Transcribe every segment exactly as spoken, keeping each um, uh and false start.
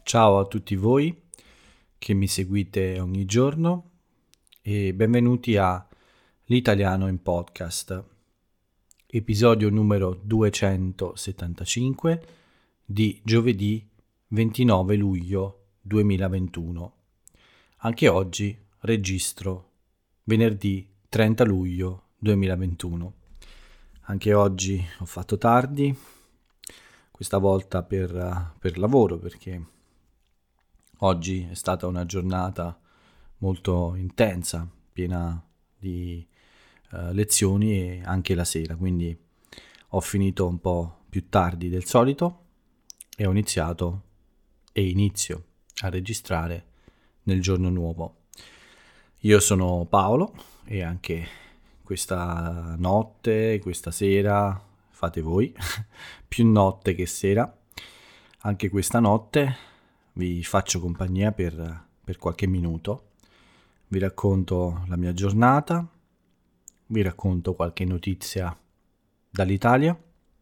Ciao a tutti voi che mi seguite ogni giorno e benvenuti a L'Italiano in Podcast, episodio numero duecentosettantacinque di giovedì ventinove luglio duemilaventuno. Anche oggi registro venerdì trenta luglio duemilaventuno. Anche oggi ho fatto tardi, questa volta per, per lavoro perché oggi è stata una giornata molto intensa, piena di uh, lezioni e anche la sera, quindi ho finito un po' più tardi del solito e ho iniziato e inizio a registrare nel giorno nuovo. Io sono Paolo e anche questa notte, questa sera, fate voi, più notte che sera, anche questa notte vi faccio compagnia per, per qualche minuto, vi racconto la mia giornata, vi racconto qualche notizia dall'Italia.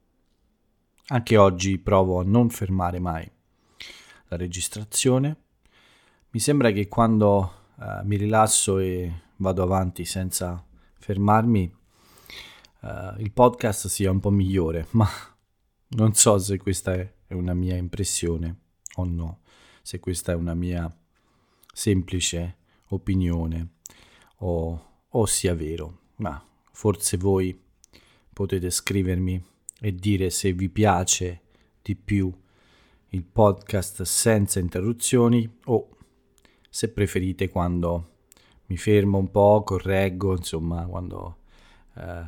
Anche oggi provo a non fermare mai la registrazione. Mi sembra che quando uh, mi rilasso e vado avanti senza fermarmi, uh, il podcast sia un po' migliore, ma non so se questa è, è una mia impressione o no. Se questa è una mia semplice opinione o, o sia vero, ma forse voi potete scrivermi e dire se vi piace di più il podcast senza interruzioni o se preferite quando mi fermo un po', correggo, insomma, quando eh,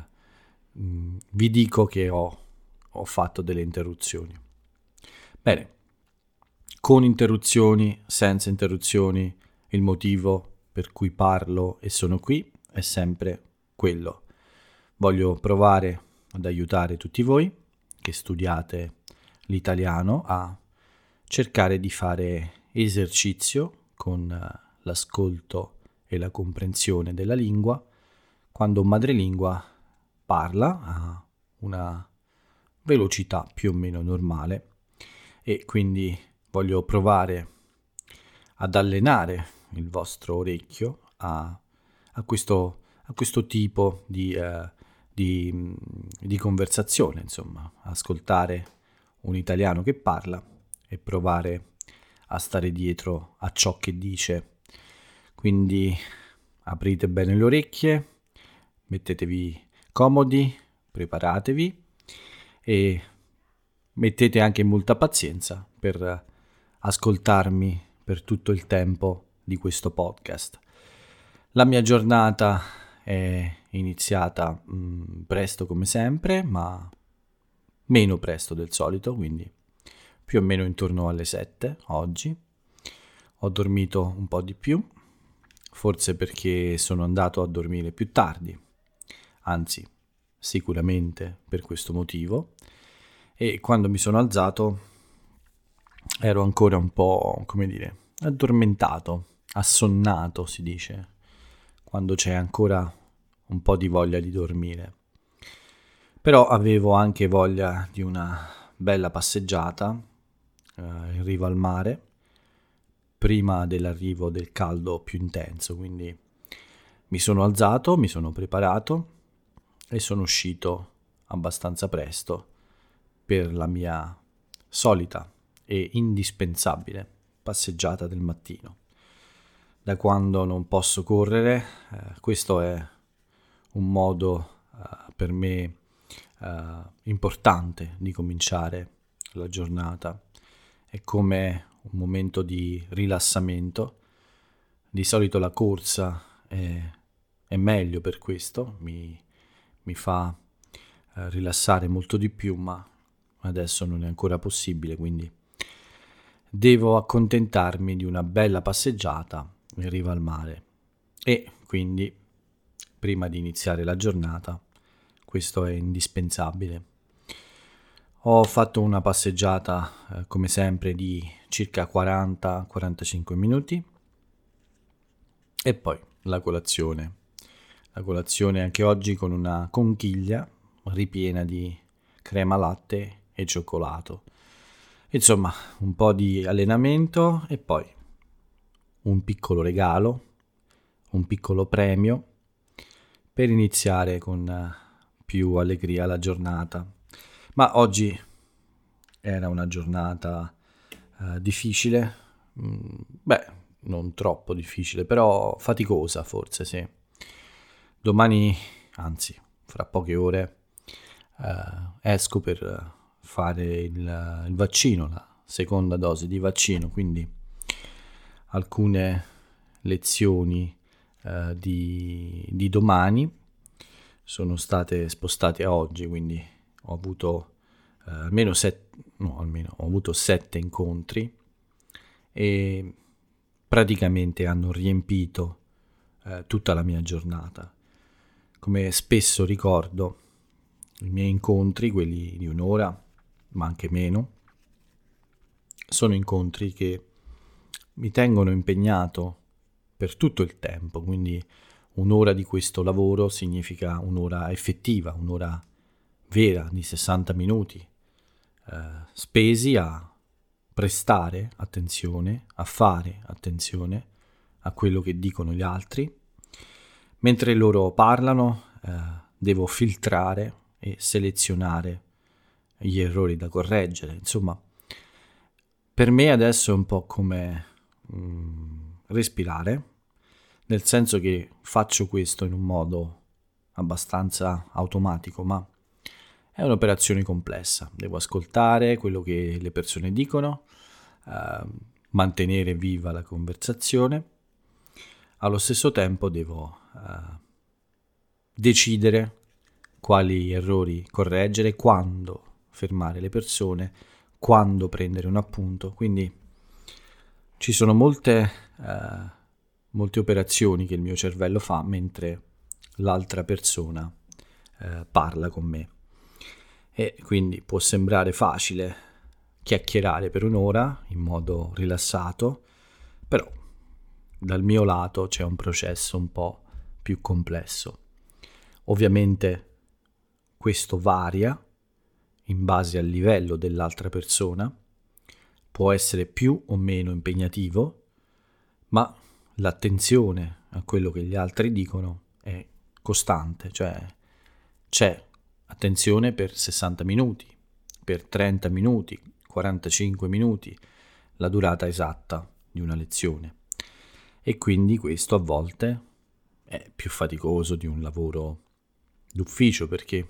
vi dico che ho, ho fatto delle interruzioni. Bene. Con interruzioni, senza interruzioni, il motivo per cui parlo e sono qui è sempre quello. Voglio provare ad aiutare tutti voi che studiate l'italiano a cercare di fare esercizio con l'ascolto e la comprensione della lingua quando un madrelingua parla a una velocità più o meno normale e quindi voglio provare ad allenare il vostro orecchio a, a, questo, a questo tipo di, uh, di, di conversazione, insomma, ascoltare un italiano che parla e provare a stare dietro a ciò che dice. Quindi aprite bene le orecchie, mettetevi comodi, preparatevi e mettete anche molta pazienza per ascoltarmi per tutto il tempo di questo podcast. La mia giornata è iniziata mh, presto come sempre, ma meno presto del solito, quindi più o meno intorno alle sette oggi. Ho dormito un po' di più, forse perché sono andato a dormire più tardi, anzi sicuramente per questo motivo, e quando mi sono alzato ero ancora un po', come dire, addormentato, assonnato si dice, quando c'è ancora un po' di voglia di dormire. Però avevo anche voglia di una bella passeggiata eh, in riva al mare, prima dell'arrivo del caldo più intenso, quindi mi sono alzato, mi sono preparato e sono uscito abbastanza presto per la mia solita e indispensabile passeggiata del mattino. Da quando non posso correre, eh, questo è un modo eh, per me eh, importante di cominciare la giornata. È come un momento di rilassamento. Di solito la corsa è, è meglio per questo, mi, mi fa eh, rilassare molto di più, ma adesso non è ancora possibile, quindi devo accontentarmi di una bella passeggiata in riva al mare e quindi prima di iniziare la giornata questo è indispensabile. Ho fatto una passeggiata eh, come sempre di circa quaranta quarantacinque minuti e poi la colazione. La colazione anche oggi con una conchiglia ripiena di crema latte e cioccolato. Insomma, un po' di allenamento e poi un piccolo regalo, un piccolo premio per iniziare con eh, più allegria la giornata. Ma oggi era una giornata eh, difficile, mm, beh, non troppo difficile, però faticosa forse, sì. Domani, anzi, fra poche ore, eh, esco per fare il, il vaccino, la seconda dose di vaccino, quindi alcune lezioni eh, di, di domani sono state spostate a oggi, quindi ho avuto eh, almeno sette, no, almeno ho avuto sette incontri e praticamente hanno riempito eh, tutta la mia giornata. Come spesso ricordo, i miei incontri, quelli di un'ora, ma anche meno, sono incontri che mi tengono impegnato per tutto il tempo, quindi un'ora di questo lavoro significa un'ora effettiva, un'ora vera di sessanta minuti, eh, spesi a prestare attenzione, a fare attenzione a quello che dicono gli altri. Mentre loro parlano, eh, devo filtrare e selezionare gli errori da correggere. Insomma, per me adesso è un po' come mm, respirare, nel senso che faccio questo in un modo abbastanza automatico, ma è un'operazione complessa. Devo ascoltare quello che le persone dicono, eh, mantenere viva la conversazione. Allo stesso tempo devo eh, decidere quali errori correggere, quando fermare le persone, quando prendere un appunto. Quindi ci sono molte, eh, molte operazioni che il mio cervello fa mentre l'altra persona eh, parla con me. E quindi può sembrare facile chiacchierare per un'ora in modo rilassato, però dal mio lato c'è un processo un po' più complesso. Ovviamente questo varia in base al livello dell'altra persona, può essere più o meno impegnativo, ma l'attenzione a quello che gli altri dicono è costante, cioè c'è attenzione per sessanta minuti, per trenta minuti, quarantacinque minuti, la durata esatta di una lezione. E quindi questo a volte è più faticoso di un lavoro d'ufficio, perché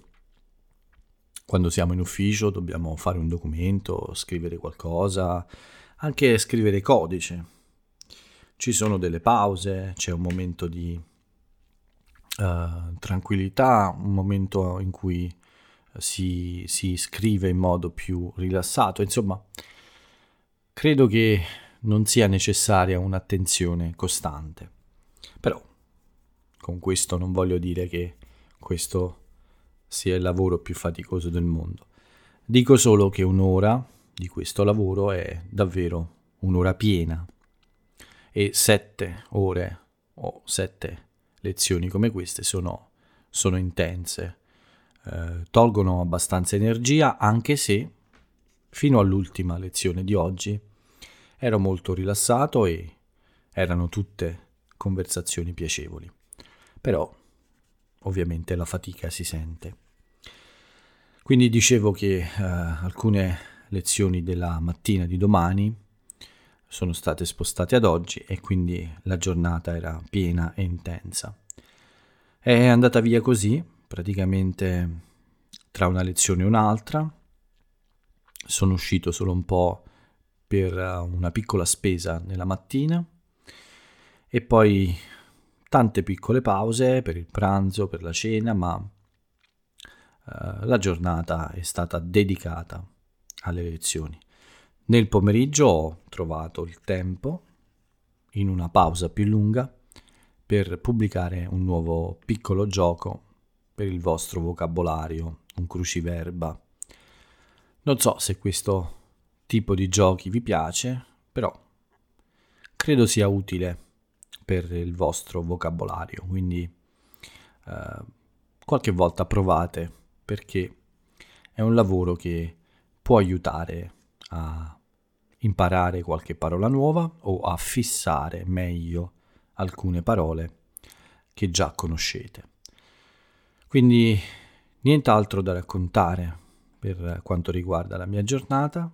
quando siamo in ufficio dobbiamo fare un documento, scrivere qualcosa, anche scrivere codice. Ci sono delle pause, c'è un momento di uh, tranquillità, un momento in cui si, si scrive in modo più rilassato. Insomma, credo che non sia necessaria un'attenzione costante. Però, con questo non voglio dire che questo sia il lavoro più faticoso del mondo. Dico solo che un'ora di questo lavoro è davvero un'ora piena e sette ore o sette lezioni come queste sono, sono intense, eh, tolgono abbastanza energia, anche se fino all'ultima lezione di oggi ero molto rilassato e erano tutte conversazioni piacevoli. Però ovviamente la fatica si sente. Quindi dicevo che eh, alcune lezioni della mattina di domani sono state spostate ad oggi e quindi la giornata era piena e intensa. È andata via così, praticamente tra una lezione e un'altra. Sono uscito solo un po' per una piccola spesa nella mattina e poi tante piccole pause per il pranzo, per la cena, ma uh, la giornata è stata dedicata alle lezioni. Nel pomeriggio ho trovato il tempo, in una pausa più lunga, per pubblicare un nuovo piccolo gioco per il vostro vocabolario, un cruciverba. Non so se questo tipo di giochi vi piace, però credo sia utile per il vostro vocabolario, quindi eh, qualche volta provate, perché è un lavoro che può aiutare a imparare qualche parola nuova o a fissare meglio alcune parole che già conoscete. Quindi nient'altro da raccontare per quanto riguarda la mia giornata.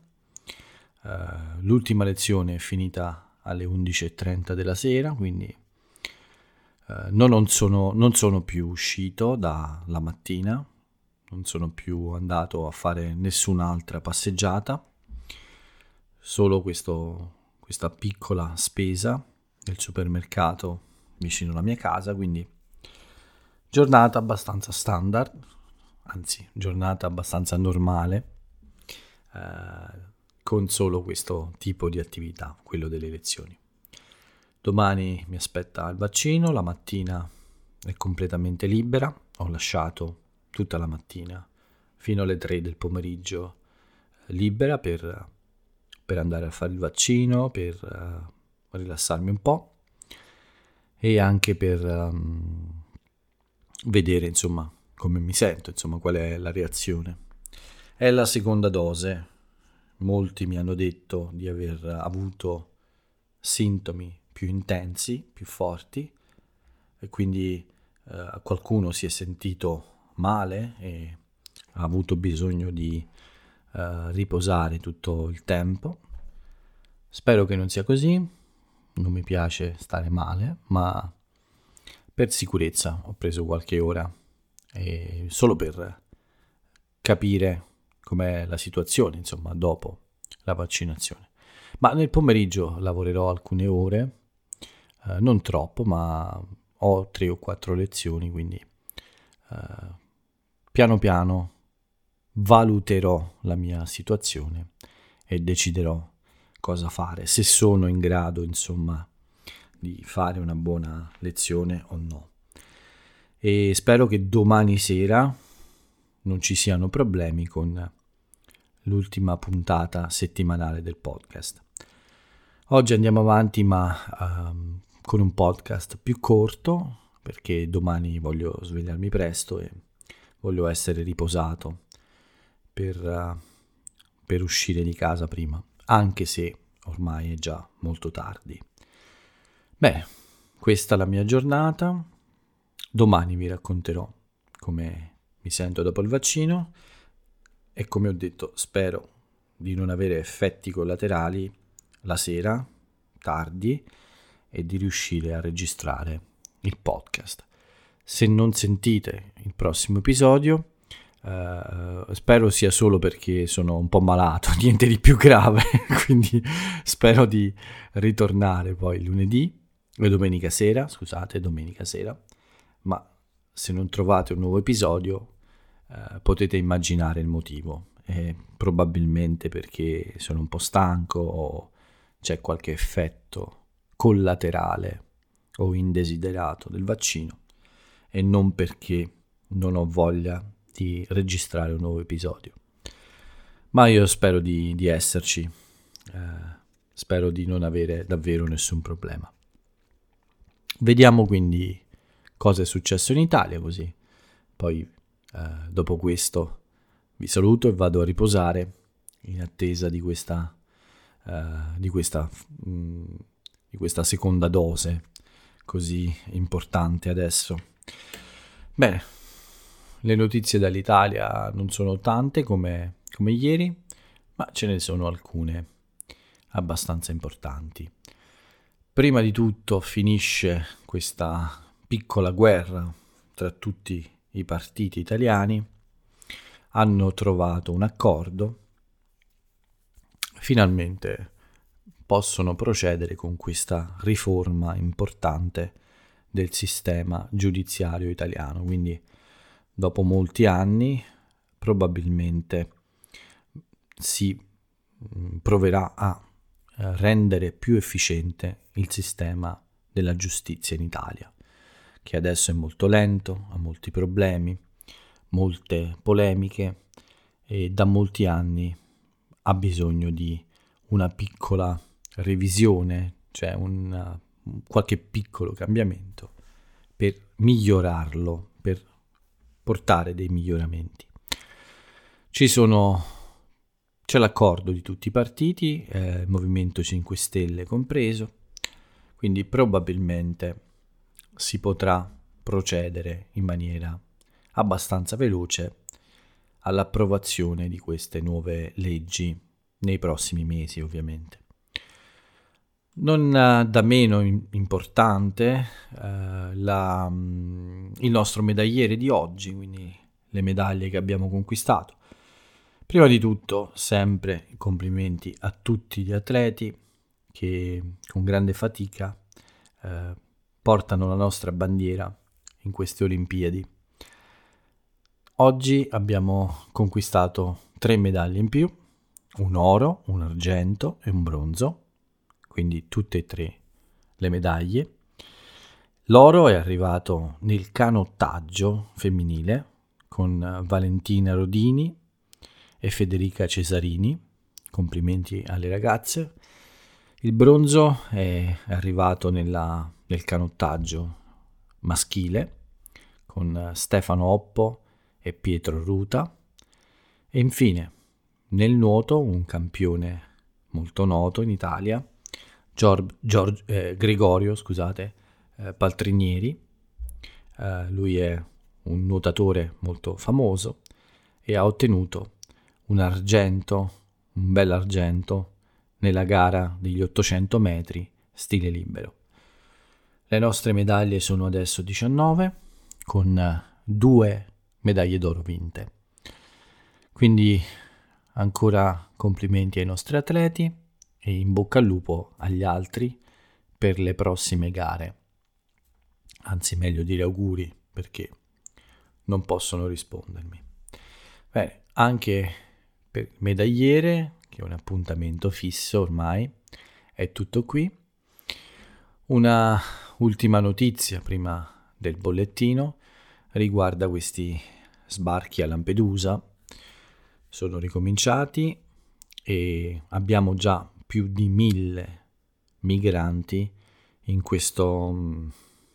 Uh, l'ultima lezione è finita alle undici e trenta della sera, quindi uh, non, non, sono, non sono più uscito dalla mattina, non sono più andato a fare nessun'altra passeggiata, solo questo, questa piccola spesa del supermercato vicino alla mia casa, quindi giornata abbastanza standard, anzi giornata abbastanza normale, eh, con solo questo tipo di attività, quello delle lezioni. Domani mi aspetta il vaccino, la mattina è completamente libera, ho lasciato tutta la mattina fino alle tre del pomeriggio libera per, per andare a fare il vaccino, per uh, rilassarmi un po' e anche per um, vedere insomma come mi sento, insomma qual è la reazione. È la seconda dose, molti mi hanno detto di aver avuto sintomi più intensi, più forti, e quindi eh, qualcuno si è sentito male e ha avuto bisogno di eh, riposare tutto il tempo. Spero che non sia così, non mi piace stare male, ma per sicurezza ho preso qualche ora, e solo per capire com'è la situazione, insomma, dopo la vaccinazione. Ma nel pomeriggio lavorerò alcune ore, eh, non troppo, ma ho tre o quattro lezioni, quindi eh, piano piano valuterò la mia situazione e deciderò cosa fare, se sono in grado, insomma, di fare una buona lezione o no. E spero che domani sera non ci siano problemi con l'ultima puntata settimanale del podcast. Oggi andiamo avanti, ma um, con un podcast più corto, perché domani voglio svegliarmi presto e voglio essere riposato per, uh, per uscire di casa prima, anche se ormai è già molto tardi. Beh, questa è la mia giornata. Domani vi racconterò come mi sento dopo il vaccino e, come ho detto, spero di non avere effetti collaterali la sera, tardi, e di riuscire a registrare il podcast. Se non sentite il prossimo episodio, eh, spero sia solo perché sono un po' malato, niente di più grave, quindi spero di ritornare poi lunedì e domenica sera, scusate, domenica sera, ma se non trovate un nuovo episodio eh, potete immaginare il motivo. È probabilmente perché sono un po' stanco o c'è qualche effetto collaterale o indesiderato del vaccino, e non perché non ho voglia di registrare un nuovo episodio. Ma io spero di, di esserci, eh, spero di non avere davvero nessun problema. Vediamo quindi cosa è successo in Italia, così poi eh, dopo questo vi saluto e vado a riposare in attesa di questa, uh, di questa, mh, di questa seconda dose così importante adesso. Bene, le notizie dall'Italia non sono tante come, come ieri, ma ce ne sono alcune abbastanza importanti. Prima di tutto finisce questa piccola guerra tra tutti i partiti italiani. Hanno trovato un accordo, finalmente possono procedere con questa riforma importante del sistema giudiziario italiano. Quindi dopo molti anni probabilmente si proverà a rendere più efficiente il sistema della giustizia in Italia, che adesso è molto lento, ha molti problemi, molte polemiche e da molti anni ha bisogno di una piccola revisione, cioè un, qualche piccolo cambiamento per migliorarlo, per portare dei miglioramenti. Ci sono c'è l'accordo di tutti i partiti, eh, il Movimento cinque Stelle compreso, quindi probabilmente si potrà procedere in maniera abbastanza veloce all'approvazione di queste nuove leggi nei prossimi mesi, ovviamente. Non uh, da meno in- importante uh, la, um, il nostro medagliere di oggi, quindi le medaglie che abbiamo conquistato. Prima di tutto, sempre complimenti a tutti gli atleti che con grande fatica uh, portano la nostra bandiera in queste Olimpiadi. Oggi abbiamo conquistato tre medaglie in più, un oro, un argento e un bronzo, quindi tutte e tre le medaglie. L'oro è arrivato nel canottaggio femminile con Valentina Rodini e Federica Cesarini, complimenti alle ragazze. Il bronzo è arrivato nella, nel canottaggio maschile con Stefano Oppo e Pietro Ruta. E infine nel nuoto un campione molto noto in Italia, Gior- Gior- eh, Gregorio scusate, eh, Paltrinieri. Eh, lui è un nuotatore molto famoso e ha ottenuto un argento, un bel argento nella gara degli ottocento metri stile libero. Le nostre medaglie sono adesso diciannove, con due medaglie d'oro vinte. Quindi ancora complimenti ai nostri atleti e in bocca al lupo agli altri per le prossime gare. Anzi, meglio dire auguri, perché non possono rispondermi. Bene, anche per il medagliere, che è un appuntamento fisso ormai, è tutto qui. Una ultima notizia prima del bollettino riguarda questi sbarchi a Lampedusa. Sono ricominciati e abbiamo già più di mille migranti in questo... Mm,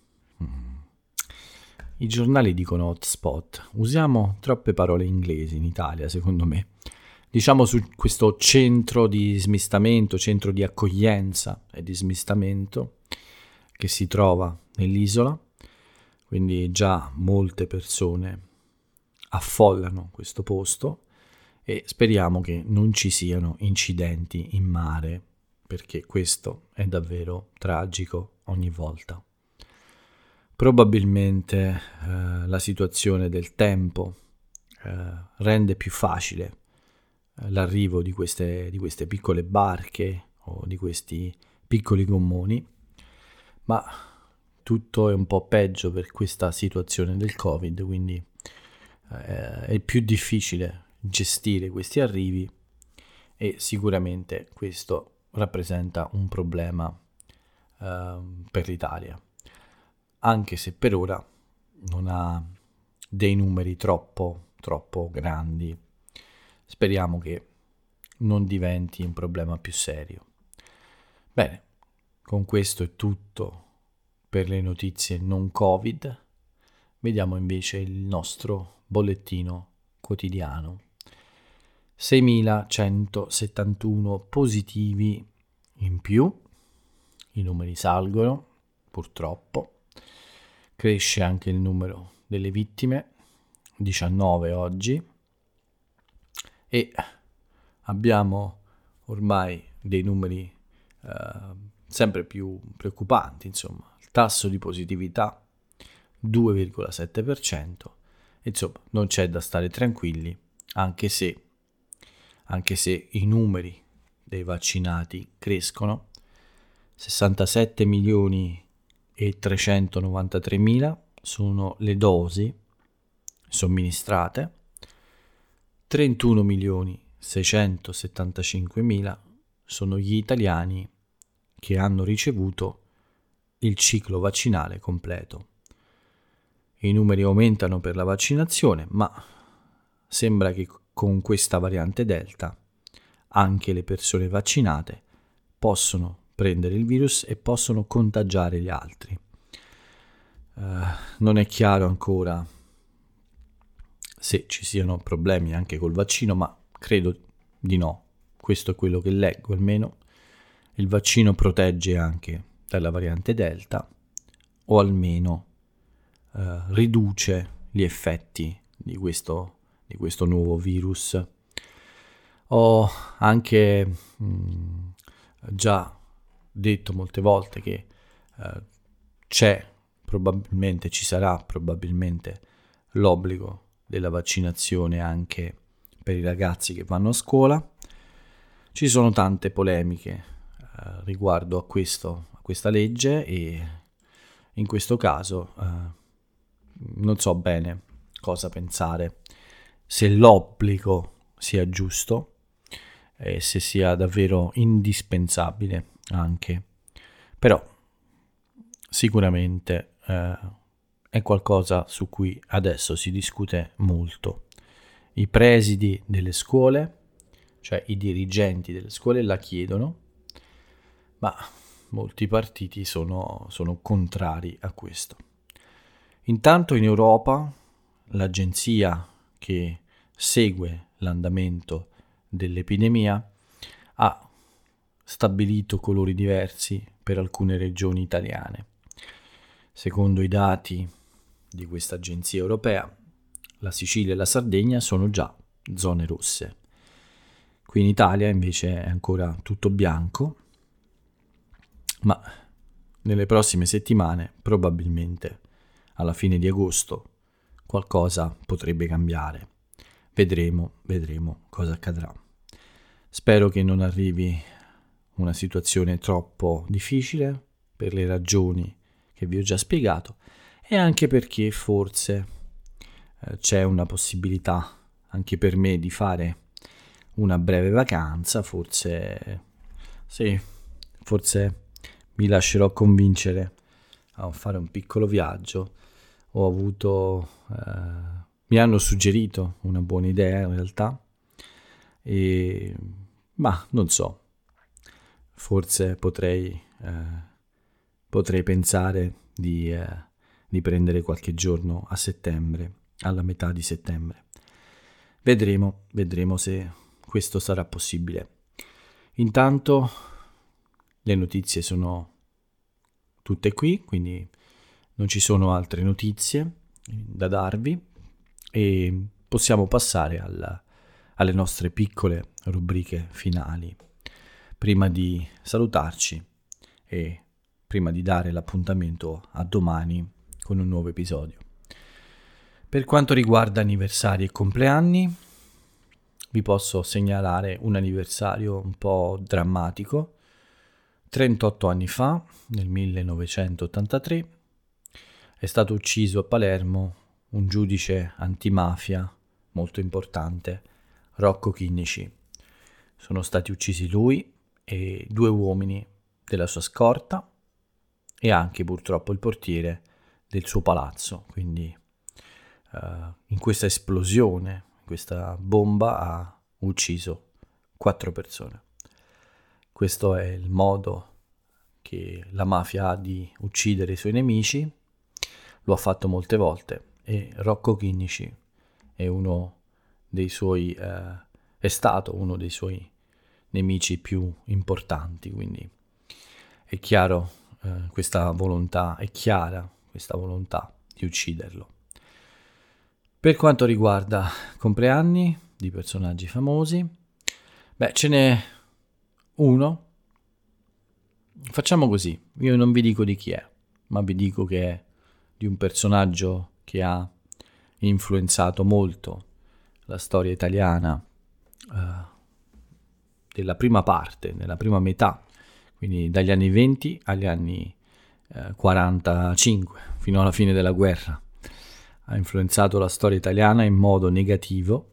i giornali dicono hotspot. Usiamo troppe parole inglesi in Italia, secondo me. Diciamo su questo centro di smistamento, centro di accoglienza e di smistamento che si trova nell'isola. Quindi già molte persone affollano questo posto e speriamo che non ci siano incidenti in mare, perché questo è davvero tragico ogni volta. Probabilmente eh, la situazione del tempo eh, rende più facile eh, l'arrivo di queste, di queste piccole barche o di questi piccoli gommoni, ma tutto è un po' peggio per questa situazione del Covid, quindi eh, è più difficile gestire questi arrivi e sicuramente questo rappresenta un problema eh, per l'Italia, anche se per ora non ha dei numeri troppo troppo grandi. Speriamo che non diventi un problema più serio. Bene, con questo è tutto per le notizie non Covid. Vediamo invece il nostro bollettino quotidiano. seimilacentosettantuno positivi in più, i numeri salgono purtroppo, cresce anche il numero delle vittime, diciannove oggi, e abbiamo ormai dei numeri eh, sempre più preoccupanti, insomma, il tasso di positività due virgola sette per cento, insomma non c'è da stare tranquilli, anche se anche se i numeri dei vaccinati crescono, sessantasette milioni e trecentonovantatré mila sono le dosi somministrate, trentuno milioni seicentosettantacinque mila sono gli italiani che hanno ricevuto il ciclo vaccinale completo. I numeri aumentano per la vaccinazione, ma sembra che con questa variante Delta anche le persone vaccinate possono prendere il virus e possono contagiare gli altri. Uh, non è chiaro ancora se ci siano problemi anche col vaccino, ma credo di no. Questo è quello che leggo almeno. Il vaccino protegge anche dalla variante Delta, o almeno eh, riduce gli effetti di questo, di questo nuovo virus. Ho anche mh, già detto molte volte che eh, c'è probabilmente, ci sarà probabilmente l'obbligo della vaccinazione anche per i ragazzi che vanno a scuola. Ci sono tante polemiche eh, riguardo a questo, a questa legge, e in questo caso eh, non so bene cosa pensare, se l'obbligo sia giusto e se sia davvero indispensabile anche. Però sicuramente eh, è qualcosa su cui adesso si discute molto. I presidi delle scuole, cioè i dirigenti delle scuole, la chiedono, ma molti partiti sono, sono contrari a questo. Intanto in Europa l'agenzia che segue l'andamento dell'epidemia ha stabilito colori diversi per alcune regioni italiane. Secondo i dati di questa agenzia europea, la Sicilia e la Sardegna sono già zone rosse. Qui in Italia invece è ancora tutto bianco, ma nelle prossime settimane, probabilmente alla fine di agosto, qualcosa potrebbe cambiare. Vedremo, vedremo cosa accadrà. Spero che non arrivi una situazione troppo difficile per le ragioni che vi ho già spiegato, e anche perché forse eh, c'è una possibilità anche per me di fare una breve vacanza. Forse sì, forse mi lascerò convincere a fare un piccolo viaggio. Ho avuto eh, mi hanno suggerito una buona idea in realtà, e ma non so, forse potrei eh, potrei pensare di, eh, di prendere qualche giorno a settembre, alla metà di settembre. Vedremo, vedremo se questo sarà possibile. Intanto le notizie sono tutte qui, quindi non ci sono altre notizie da darvi, e possiamo passare alla, alle nostre piccole rubriche finali prima di salutarci e prima di dare l'appuntamento a domani con un nuovo episodio. Per quanto riguarda anniversari e compleanni, vi posso segnalare un anniversario un po' drammatico. trentotto anni fa, nel millenovecentottantatré, è stato ucciso a Palermo un giudice antimafia molto importante, Rocco Chinnici. Sono stati uccisi lui e due uomini della sua scorta, e anche purtroppo il portiere del suo palazzo. Quindi uh, in questa esplosione, questa bomba ha ucciso quattro persone. Questo è il modo che la mafia ha di uccidere i suoi nemici. Lo ha fatto molte volte, e Rocco Chinnici è uno dei suoi eh, è stato uno dei suoi nemici più importanti. Quindi è chiaro, eh, questa volontà è chiara, questa volontà di ucciderlo. Per quanto riguarda compleanni di personaggi famosi, beh, ce n'è uno. Facciamo così, io non vi dico di chi è, ma vi dico che è di un personaggio che ha influenzato molto la storia italiana eh, della prima parte, nella prima metà, quindi dagli anni venti agli anni eh, quarantacinque, fino alla fine della guerra. Ha influenzato la storia italiana in modo negativo.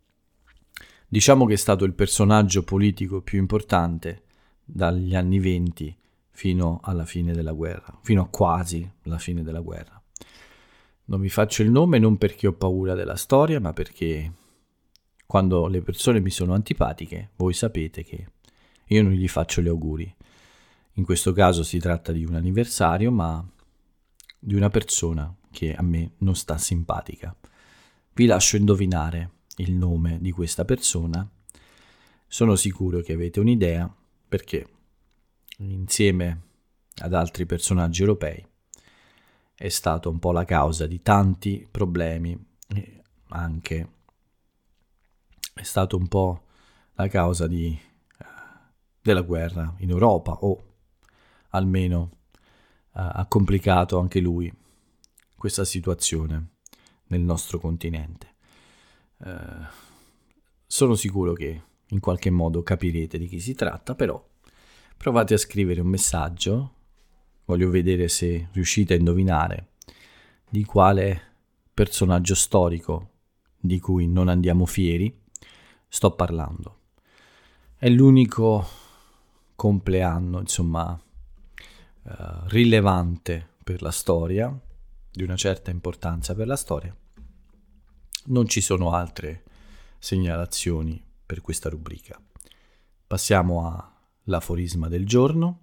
Diciamo che è stato il personaggio politico più importante dagli anni venti fino alla fine della guerra, fino a quasi la fine della guerra. Non vi faccio il nome non perché ho paura della storia, ma perché quando le persone mi sono antipatiche, voi sapete che io non gli faccio gli auguri. In questo caso si tratta di un anniversario, ma di una persona che a me non sta simpatica. Vi lascio indovinare il nome di questa persona sono sicuro che avete un'idea perché insieme ad altri personaggi europei è stato un po' la causa di tanti problemi e anche è stato un po' la causa di, uh, della guerra in Europa, o almeno uh, ha complicato anche lui questa situazione nel nostro continente. Uh, sono sicuro che in qualche modo capirete di chi si tratta, però provate a scrivere un messaggio, voglio vedere se riuscite a indovinare di quale personaggio storico di cui non andiamo fieri sto parlando. È l'unico compleanno, insomma, uh, rilevante per la storia, di una certa importanza per la storia. Non ci sono altre segnalazioni per questa rubrica. Passiamo all'aforisma del giorno,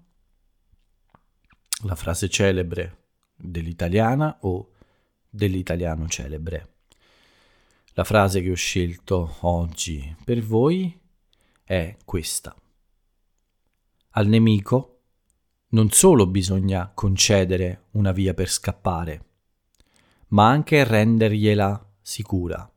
la frase celebre dell'italiana o dell'italiano celebre. La frase che ho scelto oggi per voi è questa: al nemico non solo bisogna concedere una via per scappare, ma anche rendergliela sicura.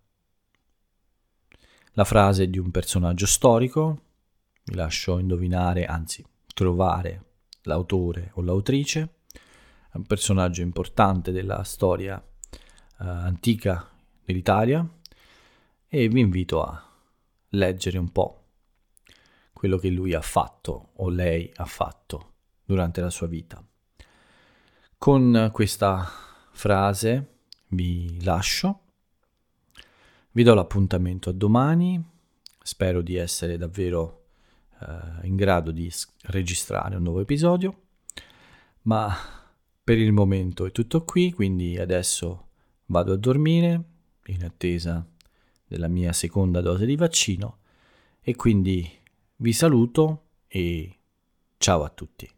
La frase è di un personaggio storico, vi lascio indovinare, anzi trovare l'autore o l'autrice, è un personaggio importante della storia uh, antica dell'Italia, e vi invito a leggere un po' quello che lui ha fatto o lei ha fatto durante la sua vita. Con questa frase vi lascio, vi do l'appuntamento a domani, spero di essere davvero uh, in grado di registrare un nuovo episodio, ma per il momento è tutto qui, quindi adesso vado a dormire in attesa della mia seconda dose di vaccino, e quindi vi saluto e ciao a tutti.